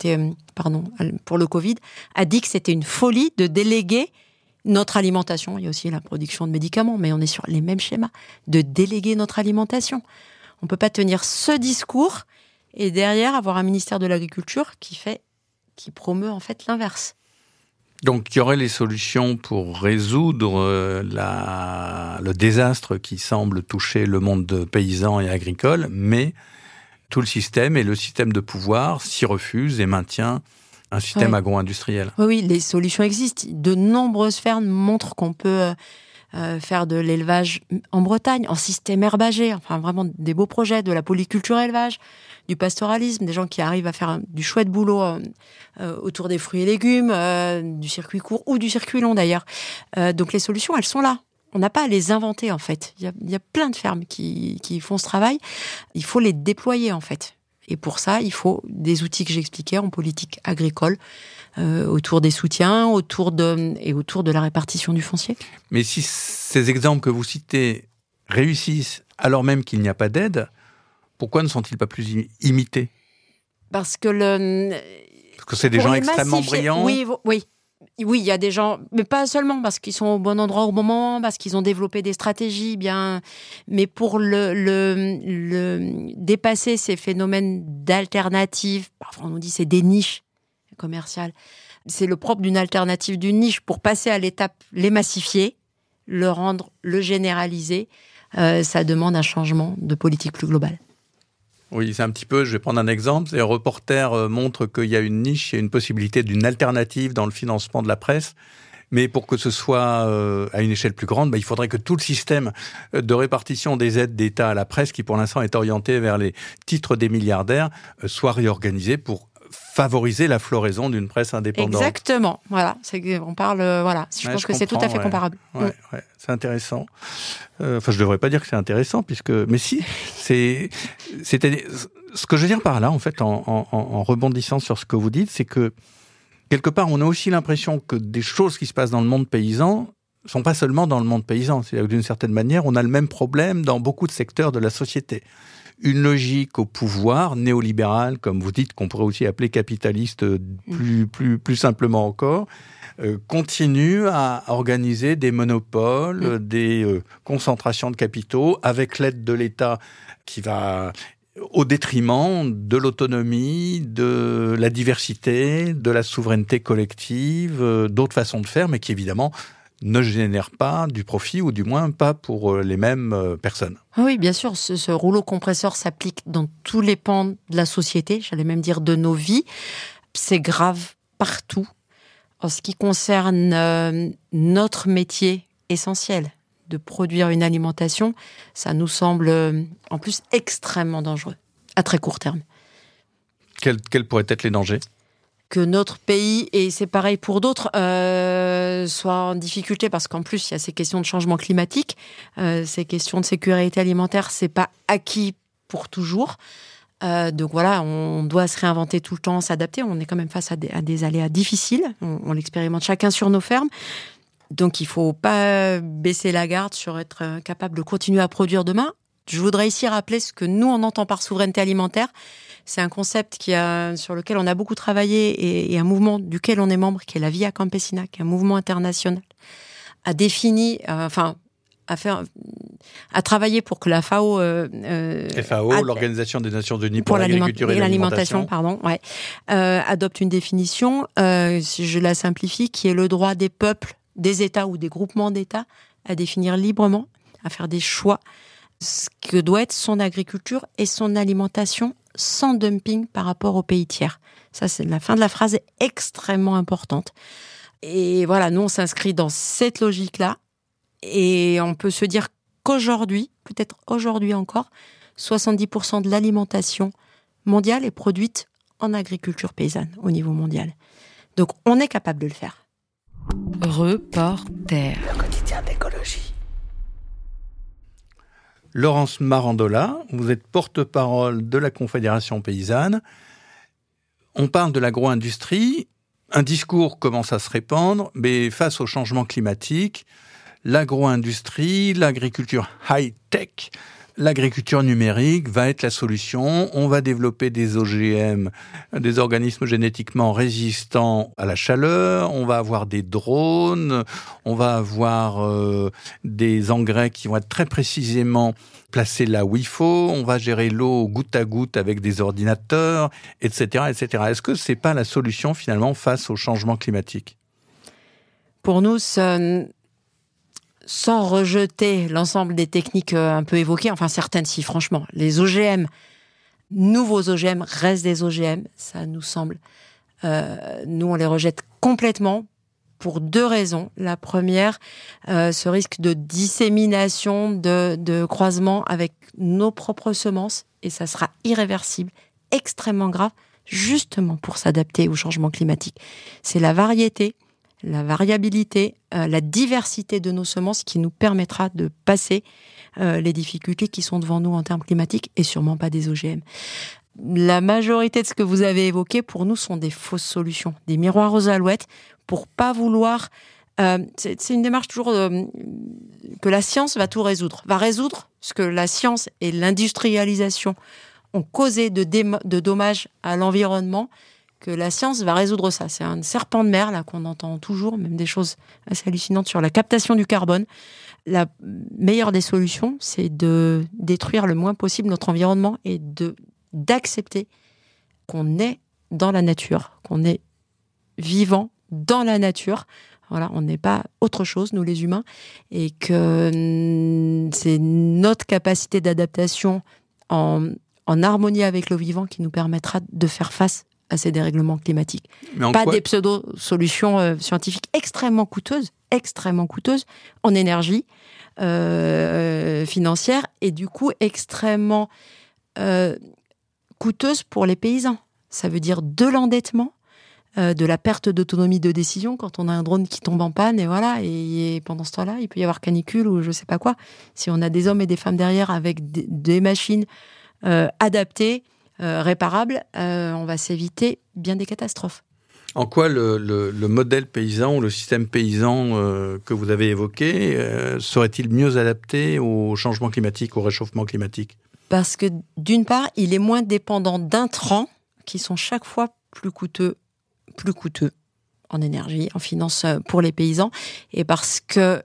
pour le Covid, a dit que c'était une folie de déléguer notre alimentation. Il y a aussi la production de médicaments, mais on est sur les mêmes schémas, de déléguer notre alimentation. On ne peut pas tenir ce discours et derrière avoir un ministère de l'Agriculture qui promeut en fait l'inverse. Donc, il y aurait les solutions pour résoudre le désastre qui semble toucher le monde paysan et agricole, mais tout le système et le système de pouvoir s'y refuse et maintient un système agro-industriel. Oui, les solutions existent. De nombreuses fermes montrent qu'on peut faire de l'élevage en Bretagne, en système herbagé, enfin vraiment des beaux projets, de la polyculture élevage, du pastoralisme, des gens qui arrivent à faire du chouette boulot autour des fruits et légumes, du circuit court ou du circuit long d'ailleurs. Donc les solutions, elles sont là. On n'a pas à les inventer, en fait. Il y a plein de fermes qui font ce travail. Il faut les déployer, en fait. Et pour ça, il faut des outils que j'expliquais en politique agricole, autour des soutiens, autour de la répartition du foncier. Mais si ces exemples que vous citez réussissent alors même qu'il n'y a pas d'aide, pourquoi ne sont-ils pas plus imités ? Parce que c'est des gens extrêmement brillants. Oui, il y a des gens, mais pas seulement parce qu'ils sont au bon endroit au bon moment, parce qu'ils ont développé des stratégies bien, mais pour dépasser ces phénomènes d'alternatives. Parfois on nous dit c'est des niches commerciales. C'est le propre d'une alternative, d'une niche, pour passer à l'étape, les massifier, le généraliser. Ça demande un changement de politique plus globale. Oui, c'est un petit peu, je vais prendre un exemple, les reporters montrent qu'il y a une niche et une possibilité d'une alternative dans le financement de la presse, mais pour que ce soit à une échelle plus grande, il faudrait que tout le système de répartition des aides d'État à la presse, qui pour l'instant est orienté vers les titres des milliardaires, soit réorganisé pour favoriser la floraison d'une presse indépendante. Exactement, voilà. On parle, voilà. Je pense que c'est tout à fait comparable. Ouais, c'est intéressant. Enfin, je devrais pas dire que c'est intéressant, mais si, c'était ce que je veux dire par là, en fait, en rebondissant sur ce que vous dites, c'est que quelque part, on a aussi l'impression que des choses qui se passent dans le monde paysan sont pas seulement dans le monde paysan. C'est-à-dire que d'une certaine manière, on a le même problème dans beaucoup de secteurs de la société. Une logique au pouvoir néolibérale, comme vous dites, qu'on pourrait aussi appeler capitaliste plus simplement encore, continue à organiser des monopoles, des concentrations de capitaux avec l'aide de l'État qui va au détriment de l'autonomie, de la diversité, de la souveraineté collective, d'autres façons de faire, mais qui évidemment ne génère pas du profit, ou du moins pas pour les mêmes personnes. Oui, bien sûr, ce rouleau compresseur s'applique dans tous les pans de la société, j'allais même dire de nos vies. C'est grave partout. En ce qui concerne notre métier essentiel, de produire une alimentation, ça nous semble en plus extrêmement dangereux, à très court terme. Quels pourraient être les dangers ? Que notre pays, et c'est pareil pour d'autres, soit en difficulté, parce qu'en plus, il y a ces questions de changement climatique, ces questions de sécurité alimentaire, c'est pas acquis pour toujours. Donc voilà, on doit se réinventer tout le temps, s'adapter. On est quand même face à des aléas difficiles. On l'expérimente chacun sur nos fermes. Donc il faut pas baisser la garde sur être capable de continuer à produire demain. Je voudrais ici rappeler ce que nous, on entend par souveraineté alimentaire. C'est un concept sur lequel on a beaucoup travaillé et un mouvement duquel on est membre, qui est la Via Campesina, qui est un mouvement international, a défini, à travailler pour que la FAO, l'Organisation des Nations Unies pour l'agriculture et l'alimentation, adopte une définition, si je la simplifie, qui est le droit des peuples, des États ou des groupements d'États à définir librement, à faire des choix, ce que doit être son agriculture et son alimentation sans dumping par rapport aux pays tiers. Ça, c'est la fin de la phrase est extrêmement importante. Et voilà, nous, on s'inscrit dans cette logique-là. Et on peut se dire qu'aujourd'hui, peut-être aujourd'hui encore, 70% de l'alimentation mondiale est produite en agriculture paysanne au niveau mondial. Donc, on est capable de le faire. Reporter. Le quotidien d'écologie. Laurence Marandola, vous êtes porte-parole de la Confédération paysanne. On parle de l'agro-industrie. Un discours commence à se répandre, mais face au changement climatique, l'agro-industrie, l'agriculture high-tech, l'agriculture numérique va être la solution. On va développer des OGM, des organismes génétiquement résistants à la chaleur. On va avoir des drones. On va avoir des engrais qui vont être très précisément placés là où il faut. On va gérer l'eau goutte à goutte avec des ordinateurs, etc., etc. Est-ce que c'est pas la solution finalement face au changement climatique ? Pour nous, sans rejeter l'ensemble des techniques un peu évoquées, enfin certaines si, franchement, les OGM, nouveaux OGM restent des OGM, ça nous semble. Nous, on les rejette complètement pour deux raisons. La première, ce risque de dissémination, de croisement avec nos propres semences, et ça sera irréversible, extrêmement grave, justement pour s'adapter au changement climatique. C'est la variété, la variabilité, la diversité de nos semences qui nous permettra de passer les difficultés qui sont devant nous en termes climatiques et sûrement pas des OGM. La majorité de ce que vous avez évoqué, pour nous, sont des fausses solutions, des miroirs aux alouettes pour pas vouloir... c'est une démarche toujours que la science va tout résoudre. Va résoudre ce que la science et l'industrialisation ont causé de dommages à l'environnement, que la science va résoudre ça. C'est un serpent de mer là qu'on entend toujours, même des choses assez hallucinantes sur la captation du carbone. La meilleure des solutions, c'est de détruire le moins possible notre environnement et d'accepter qu'on est dans la nature, qu'on est vivant dans la nature. Voilà, on n'est pas autre chose, nous les humains, et que c'est notre capacité d'adaptation en harmonie avec le vivant qui nous permettra de faire face à ces dérèglements climatiques. Pas des pseudo-solutions scientifiques extrêmement coûteuses en énergie financière et du coup extrêmement coûteuses pour les paysans. Ça veut dire de l'endettement, de la perte d'autonomie de décision quand on a un drone qui tombe en panne et voilà, et pendant ce temps-là, il peut y avoir canicule ou je sais pas quoi. Si on a des hommes et des femmes derrière avec des machines adaptées, réparables, on va s'éviter bien des catastrophes. En quoi le modèle paysan ou le système paysan que vous avez évoqué serait-il mieux adapté au changement climatique, au réchauffement climatique ? Parce que d'une part, il est moins dépendant d'intrants qui sont chaque fois plus coûteux en énergie, en finance pour les paysans, et parce que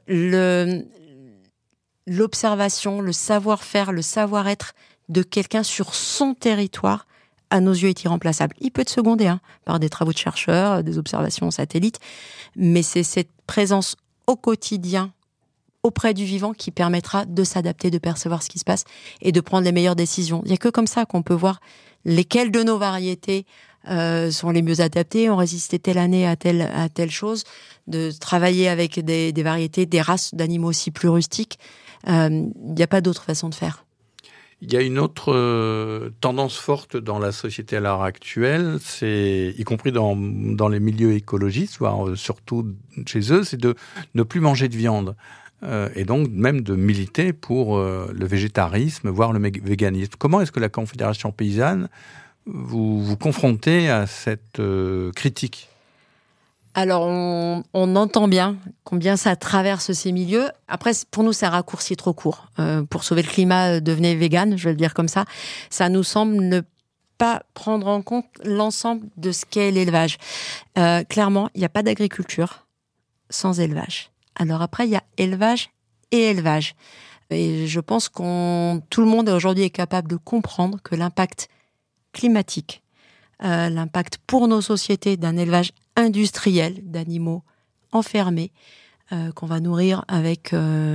l'observation, le savoir-faire, le savoir-être de quelqu'un sur son territoire, à nos yeux, est irremplaçable. Il peut être secondé par des travaux de chercheurs, des observations satellites, mais c'est cette présence au quotidien, auprès du vivant, qui permettra de s'adapter, de percevoir ce qui se passe et de prendre les meilleures décisions. Il n'y a que comme ça qu'on peut voir lesquelles de nos variétés sont les mieux adaptées, ont résisté telle année à telle chose, de travailler avec des variétés, des races d'animaux aussi plus rustiques. Il n'y a pas d'autre façon de faire. Il y a une autre tendance forte dans la société à l'heure actuelle, c'est, y compris dans les milieux écologistes, voire surtout chez eux, c'est de ne plus manger de viande. Et donc même de militer pour le végétarisme, voire le véganisme. Comment est-ce que la Confédération paysanne vous confrontez à cette critique ? Alors, on entend bien combien ça traverse ces milieux. Après, pour nous, c'est un raccourci trop court. Pour sauver le climat, devenez végane, je vais le dire comme ça. Ça nous semble ne pas prendre en compte l'ensemble de ce qu'est l'élevage. Clairement, il n'y a pas d'agriculture sans élevage. Alors après, il y a élevage et élevage. Et je pense tout le monde aujourd'hui est capable de comprendre que l'impact climatique, l'impact pour nos sociétés d'un élevage industriel d'animaux enfermés, qu'on va nourrir avec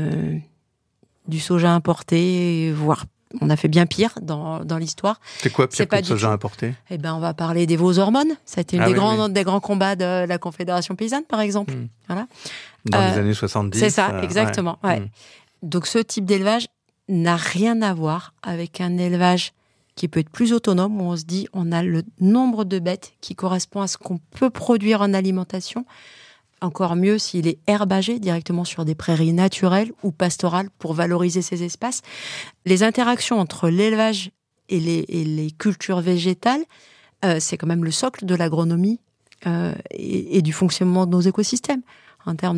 du soja importé, voire on a fait bien pire dans l'histoire. C'est quoi pire que le soja importé ? Eh ben, on va parler des veaux hormones. Ça a été des grands combats de la Confédération paysanne, par exemple. Voilà. Dans les années 70. C'est ça, exactement. Ouais. Donc, ce type d'élevage n'a rien à voir avec un élevage qui peut être plus autonome, où on se dit on a le nombre de bêtes qui correspond à ce qu'on peut produire en alimentation. Encore mieux s'il est herbagé directement sur des prairies naturelles ou pastorales pour valoriser ces espaces. Les interactions entre l'élevage et les cultures végétales, c'est quand même le socle de l'agronomie et du fonctionnement de nos écosystèmes en termes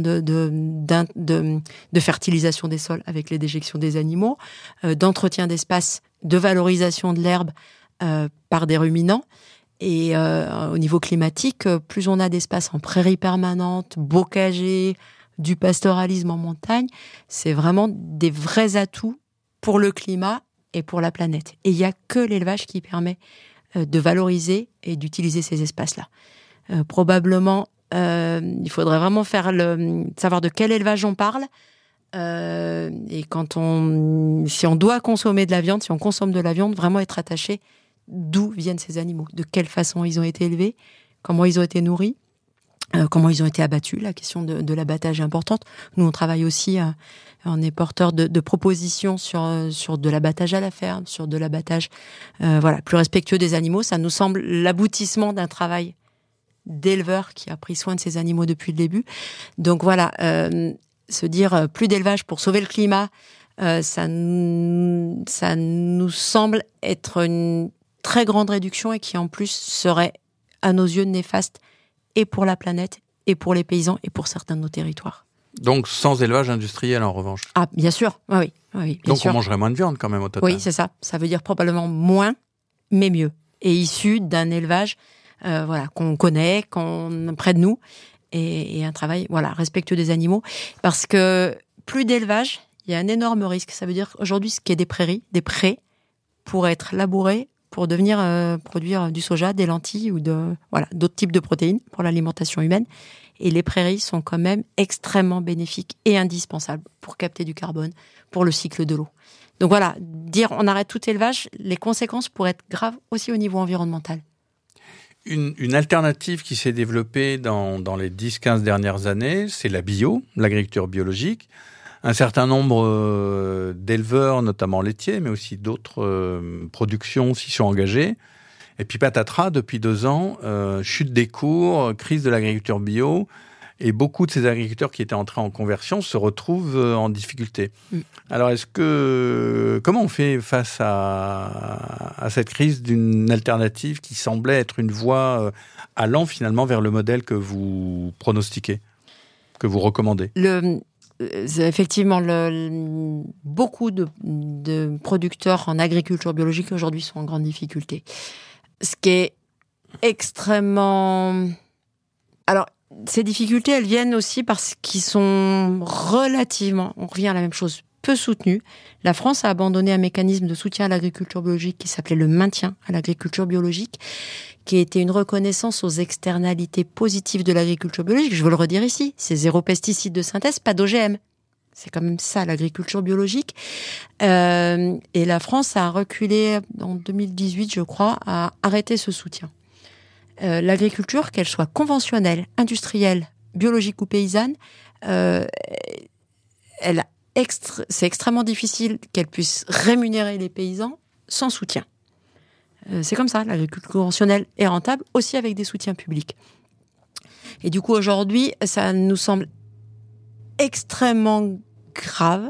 de fertilisation des sols avec les déjections des animaux, d'entretien d'espace, de valorisation de l'herbe par des ruminants. Et au niveau climatique, plus on a d'espace en prairie permanente, bocagers, du pastoralisme en montagne, c'est vraiment des vrais atouts pour le climat et pour la planète. Et il n'y a que l'élevage qui permet de valoriser et d'utiliser ces espaces-là. Probablement, il faudrait vraiment savoir de quel élevage on parle. Et si on doit consommer de la viande, si on consomme de la viande, vraiment être attaché d'où viennent ces animaux, de quelle façon ils ont été élevés, comment ils ont été nourris, comment ils ont été abattus. La question de l'abattage est importante. Nous, on travaille aussi, on est porteur de propositions sur de l'abattage à la ferme, sur de l'abattage plus respectueux des animaux. Ça nous semble l'aboutissement d'un travail d'éleveur qui a pris soin de ces animaux depuis le début. Donc voilà, se dire plus d'élevage pour sauver le climat, ça nous semble être une très grande réduction et qui en plus serait à nos yeux néfaste et pour la planète et pour les paysans et pour certains de nos territoires. Donc sans élevage industriel en revanche. Ah bien sûr, oui. Donc on mangerait moins de viande quand même au total. Oui, c'est ça. Ça veut dire probablement moins, mais mieux. Et issu d'un élevage qu'on connaît, qu'on près de nous, et un travail respectueux des animaux. Parce que plus d'élevage, il y a un énorme risque. Ça veut dire qu'aujourd'hui, ce qui est des prairies, des prés, pourraient être labourés pour devenir produire du soja, des lentilles ou d'autres types de protéines pour l'alimentation humaine. Et les prairies sont quand même extrêmement bénéfiques et indispensables pour capter du carbone, pour le cycle de l'eau. Donc dire on arrête tout élevage, les conséquences pourraient être graves aussi au niveau environnemental. Une alternative qui s'est développée dans les 10-15 dernières années, c'est la l'agriculture biologique. Un certain nombre d'éleveurs, notamment laitiers, mais aussi d'autres productions s'y sont engagés. Et puis patatras, depuis 2 ans, chute des cours, crise de l'agriculture bio, et beaucoup de ces agriculteurs qui étaient entrés en conversion se retrouvent en difficulté. Alors comment on fait face à cette crise d'une alternative qui semblait être une voie allant finalement vers le modèle que vous pronostiquez, que vous recommandez ? Effectivement, beaucoup de producteurs en agriculture biologique aujourd'hui sont en grande difficulté. Ce qui est extrêmement... Alors, ces difficultés, elles viennent aussi parce qu'ils sont relativement, on revient à la même chose, peu soutenus. La France a abandonné un mécanisme de soutien à l'agriculture biologique qui s'appelait le maintien à l'agriculture biologique, qui était une reconnaissance aux externalités positives de l'agriculture biologique. Je veux le redire ici, c'est 0 pesticides de synthèse, pas d'OGM. C'est quand même ça, l'agriculture biologique. Et la France a reculé en 2018, je crois, à arrêter ce soutien. L'agriculture, qu'elle soit conventionnelle, industrielle, biologique ou paysanne, c'est extrêmement difficile qu'elle puisse rémunérer les paysans sans soutien. C'est comme ça, l'agriculture conventionnelle est rentable, aussi avec des soutiens publics. Et du coup, aujourd'hui, ça nous semble extrêmement grave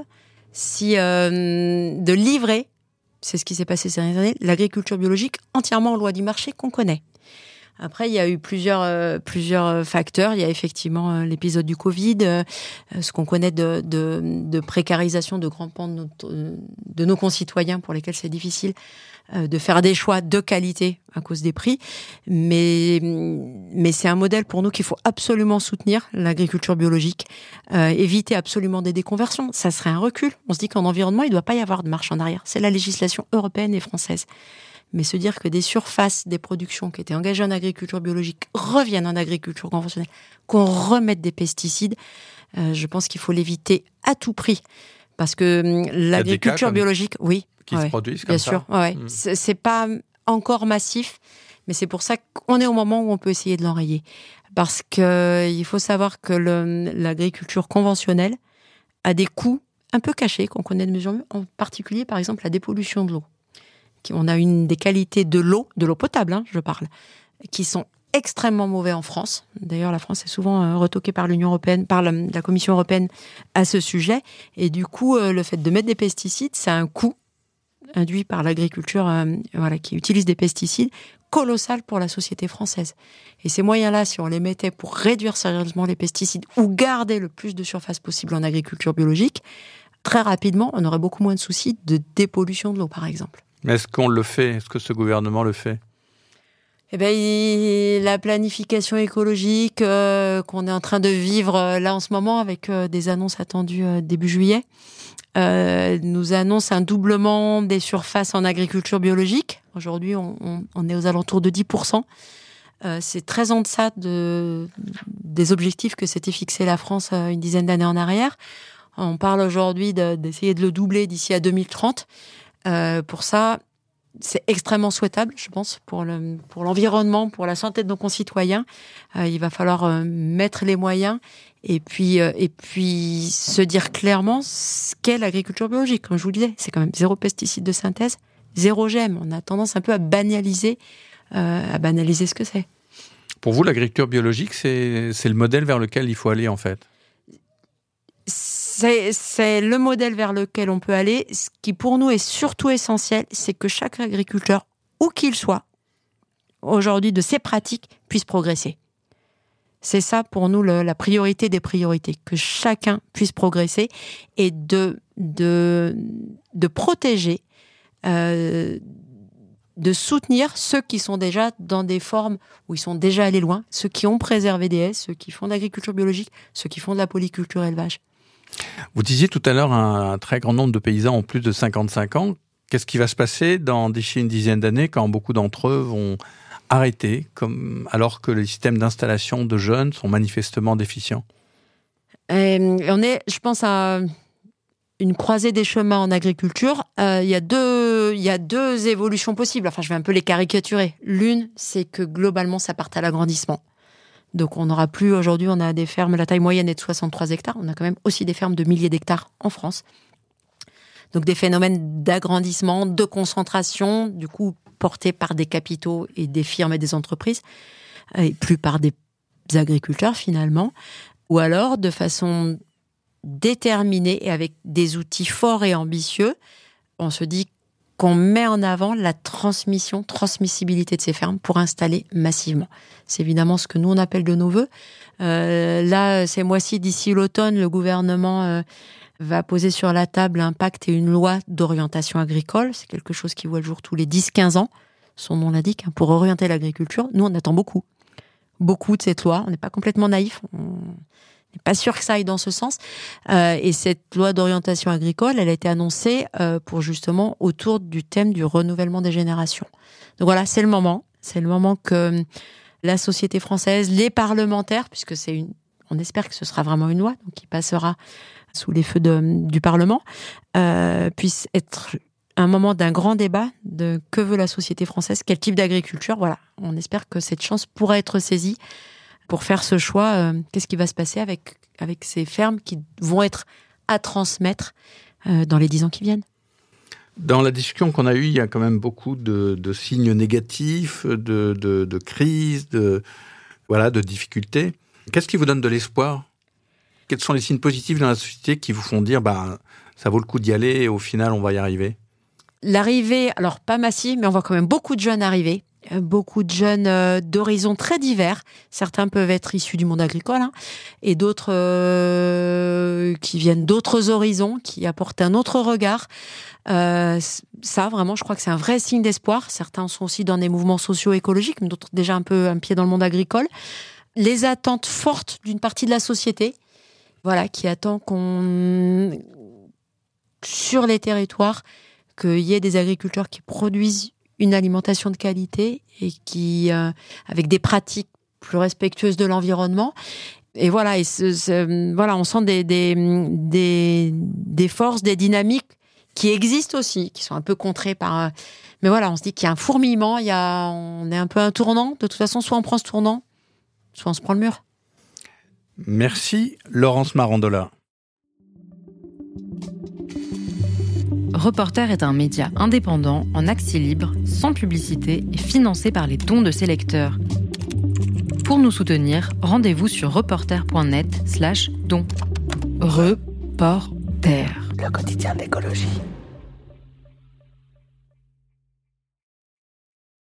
de livrer, c'est ce qui s'est passé ces dernières années, l'agriculture biologique entièrement aux lois du marché qu'on connaît. Après, il y a eu plusieurs facteurs. Il y a effectivement l'épisode du Covid, ce qu'on connaît de précarisation de grands pans de nos concitoyens pour lesquels c'est difficile de faire des choix de qualité à cause des prix. Mais c'est un modèle pour nous qu'il faut absolument soutenir, l'agriculture biologique. Éviter absolument des déconversions. Ça serait un recul. On se dit qu'en environnement, il ne doit pas y avoir de marche en arrière. C'est la législation européenne et française. Mais se dire que des surfaces, des productions qui étaient engagées en agriculture biologique reviennent en agriculture conventionnelle, qu'on remette des pesticides, je pense qu'il faut l'éviter à tout prix. Parce que l'agriculture biologique, oui. Qui se produisent comme ça. Bien sûr, ouais. C'est pas encore massif, mais c'est pour ça qu'on est au moment où on peut essayer de l'enrayer. Parce que il faut savoir que l'agriculture conventionnelle a des coûts un peu cachés qu'on connaît de mesure, en particulier, par exemple, la dépollution de l'eau. On a une des qualités de l'eau potable, je parle, qui sont extrêmement mauvais en France. D'ailleurs, la France est souvent retoquée par l'Union européenne, par la Commission européenne à ce sujet. Et du coup, le fait de mettre des pesticides, c'est un coût induit par l'agriculture qui utilise des pesticides colossal pour la société française. Et ces moyens-là, si on les mettait pour réduire sérieusement les pesticides ou garder le plus de surface possible en agriculture biologique, très rapidement, on aurait beaucoup moins de soucis de dépollution de l'eau, par exemple. Mais est-ce qu'on le fait ? Est-ce que ce gouvernement le fait ? Eh ben, la planification écologique qu'on est en train de vivre là en ce moment, avec des annonces attendues début juillet, nous annonce un doublement des surfaces en agriculture biologique. Aujourd'hui, on est aux alentours de 10%. C'est très en deçà des objectifs que s'était fixé la France une dizaine d'années en arrière. On parle aujourd'hui d'essayer de le doubler d'ici à 2030. Pour ça, c'est extrêmement souhaitable, je pense, pour l'environnement, pour la santé de nos concitoyens. Il va falloir mettre les moyens et puis se dire clairement ce qu'est l'agriculture biologique. Comme je vous le disais, c'est quand même 0 pesticides de synthèse, 0 GM. On a tendance un peu à banaliser ce que c'est. Pour vous, l'agriculture biologique, c'est le modèle vers lequel il faut aller, en fait ? C'est le modèle vers lequel on peut aller. Ce qui, pour nous, est surtout essentiel, c'est que chaque agriculteur, où qu'il soit, aujourd'hui, de ses pratiques, puisse progresser. C'est ça, pour nous, la priorité des priorités. Que chacun puisse progresser et de protéger, de soutenir ceux qui sont déjà dans des formes où ils sont déjà allés loin, ceux qui ont préservé des haies, ceux qui font de l'agriculture biologique, ceux qui font de la polyculture élevage. Vous disiez tout à l'heure un très grand nombre de paysans ont plus de 55 ans. Qu'est-ce qui va se passer d'ici une dizaine d'années quand beaucoup d'entre eux vont arrêter, alors que les systèmes d'installation de jeunes sont manifestement déficients ? On est, je pense, à une croisée des chemins en agriculture. Il y a deux évolutions possibles. Enfin, je vais un peu les caricaturer. L'une, c'est que globalement, ça parte à l'agrandissement. Donc, on n'aura plus, aujourd'hui, on a des fermes, la taille moyenne est de 63 hectares. On a quand même aussi des fermes de milliers d'hectares en France. Donc, des phénomènes d'agrandissement, de concentration, du coup, portés par des capitaux et des firmes et des entreprises, et plus par des agriculteurs, finalement. Ou alors, de façon déterminée et avec des outils forts et ambitieux, on se dit qu'on met en avant la transmissibilité de ces fermes pour installer massivement. C'est évidemment ce que nous, on appelle de nos vœux. Là, ces mois-ci, d'ici l'automne, le gouvernement va poser sur la table un pacte et une loi d'orientation agricole. C'est quelque chose qui voit le jour tous les 10-15 ans. Son nom l'indique, pour orienter l'agriculture. Nous, on attend beaucoup de cette loi. On n'est pas complètement naïfs. On n'est pas sûr que ça aille dans ce sens. Et cette loi d'orientation agricole, elle a été annoncée pour justement autour du thème du renouvellement des générations. Donc voilà, c'est le moment. C'est le moment que la société française, les parlementaires, puisque on espère que ce sera vraiment une loi, donc qui passera sous les feux du Parlement, puisse être un moment d'un grand débat de que veut la société française, quel type d'agriculture. Voilà, on espère que cette chance pourra être saisie pour faire ce choix. Qu'est-ce qui va se passer avec ces fermes qui vont être à transmettre dans les 10 ans qui viennent? Dans la discussion qu'on a eue, il y a quand même beaucoup de signes négatifs, de crises, de difficultés. Qu'est-ce qui vous donne de l'espoir ? Quels sont les signes positifs dans la société qui vous font dire ça vaut le coup d'y aller et au final on va y arriver ? L'arrivée, alors pas massive, mais on voit quand même beaucoup de jeunes arriver. beaucoup de jeunes d'horizons très divers. Certains peuvent être issus du monde agricole, et d'autres qui viennent d'autres horizons, qui apportent un autre regard. Ça, vraiment, je crois que c'est un vrai signe d'espoir. Certains sont aussi dans des mouvements socio-écologiques, mais d'autres déjà un peu un pied dans le monde agricole. Les attentes fortes d'une partie de la société, voilà, qui attend sur les territoires, qu'il y ait des agriculteurs qui produisent une alimentation de qualité et qui, avec des pratiques plus respectueuses de l'environnement. Et voilà, voilà, on sent des forces, des dynamiques qui existent aussi, qui sont un peu contrées par. Mais voilà, on se dit qu'il y a un fourmillement, on est un peu un tournant. De toute façon, soit on prend ce tournant, soit on se prend le mur. Merci, Laurence Marandola. Reporter est un média indépendant, en accès libre, sans publicité et financé par les dons de ses lecteurs. Pour nous soutenir, rendez-vous sur reporter.net/dons. Reporter. Le quotidien de l'écologie.